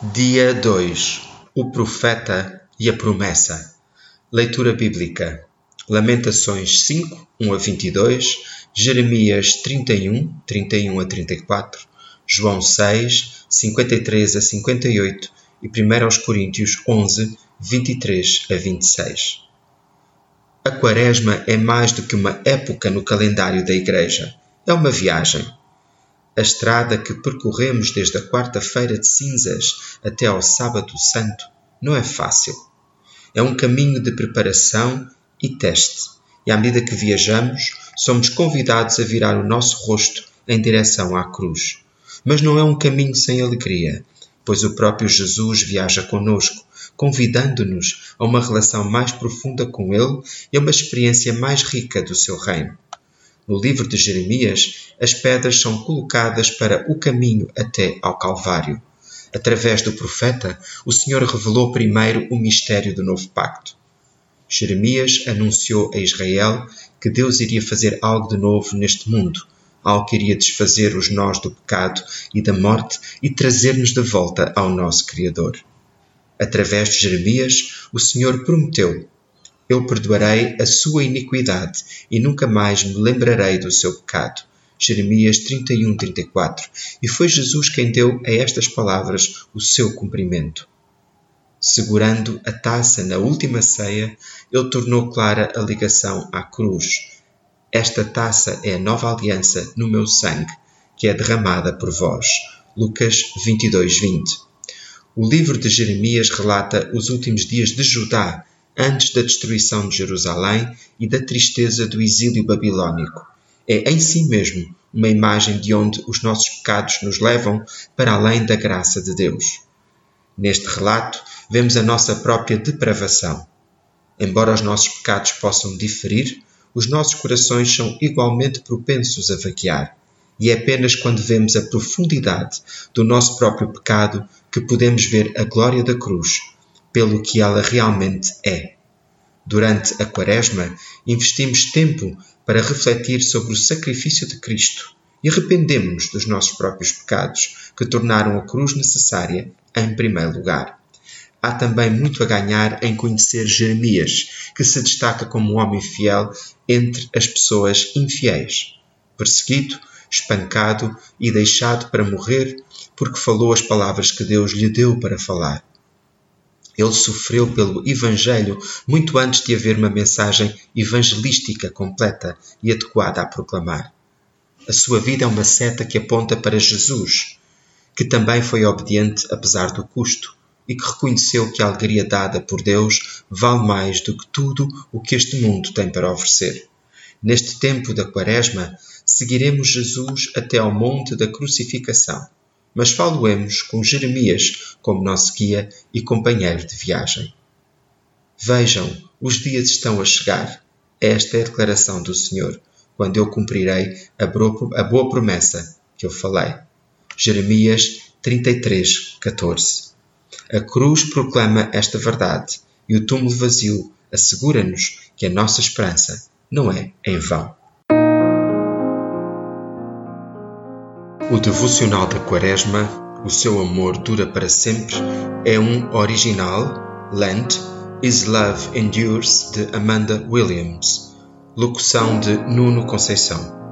Dia 2. O Profeta e a Promessa. Leitura bíblica. Lamentações 5, 1-22, Jeremias 31, 31-34, João 6, 53-58 e 1 Coríntios 11, 23-26. A Quaresma é mais do que uma época no calendário da Igreja. É uma viagem. A estrada que percorremos desde a quarta-feira de cinzas até ao sábado santo não é fácil. É um caminho de preparação e teste, e à medida que viajamos, somos convidados a virar o nosso rosto em direção à cruz. Mas não é um caminho sem alegria, pois o próprio Jesus viaja conosco, convidando-nos a uma relação mais profunda com Ele e a uma experiência mais rica do seu reino. No livro de Jeremias, as pedras são colocadas para o caminho até ao Calvário. Através do profeta, o Senhor revelou primeiro o mistério do novo pacto. Jeremias anunciou a Israel que Deus iria fazer algo de novo neste mundo, algo que iria desfazer os nós do pecado e da morte e trazer-nos de volta ao nosso Criador. Através de Jeremias, o Senhor prometeu: Eu perdoarei a sua iniquidade e nunca mais me lembrarei do seu pecado. Jeremias 31, 34. E foi Jesus quem deu a estas palavras o seu cumprimento. Segurando a taça na última ceia, ele tornou clara a ligação à cruz. Esta taça é a nova aliança no meu sangue, que é derramada por vós. Lucas 22, 20. O livro de Jeremias relata os últimos dias de Judá, antes da destruição de Jerusalém e da tristeza do exílio babilônico. É em si mesmo uma imagem de onde os nossos pecados nos levam para além da graça de Deus. Neste relato, vemos a nossa própria depravação. Embora os nossos pecados possam diferir, os nossos corações são igualmente propensos a vaguear. E é apenas quando vemos a profundidade do nosso próprio pecado que podemos ver a glória da cruz, pelo que ela realmente é. Durante a Quaresma, investimos tempo para refletir sobre o sacrifício de Cristo e arrependemos-nos dos nossos próprios pecados, que tornaram a cruz necessária em primeiro lugar. Há também muito a ganhar em conhecer Jeremias, que se destaca como um homem fiel entre as pessoas infiéis, perseguido, espancado e deixado para morrer porque falou as palavras que Deus lhe deu para falar. Ele sofreu pelo Evangelho muito antes de haver uma mensagem evangelística completa e adequada a proclamar. A sua vida é uma seta que aponta para Jesus, que também foi obediente apesar do custo e que reconheceu que a alegria dada por Deus vale mais do que tudo o que este mundo tem para oferecer. Neste tempo da Quaresma, seguiremos Jesus até ao monte da crucificação, mas faloemos com Jeremias como nosso guia e companheiro de viagem. Vejam, os dias estão a chegar. Esta é a declaração do Senhor, quando eu cumprirei a boa promessa que eu falei. Jeremias 33, 14. A cruz proclama esta verdade e o túmulo vazio assegura-nos que a nossa esperança não é em vão. O devocional da Quaresma, O Seu Amor Dura para Sempre, é um original, Lent, His Love Endures, de Amanda Williams, locução de Nuno Conceição.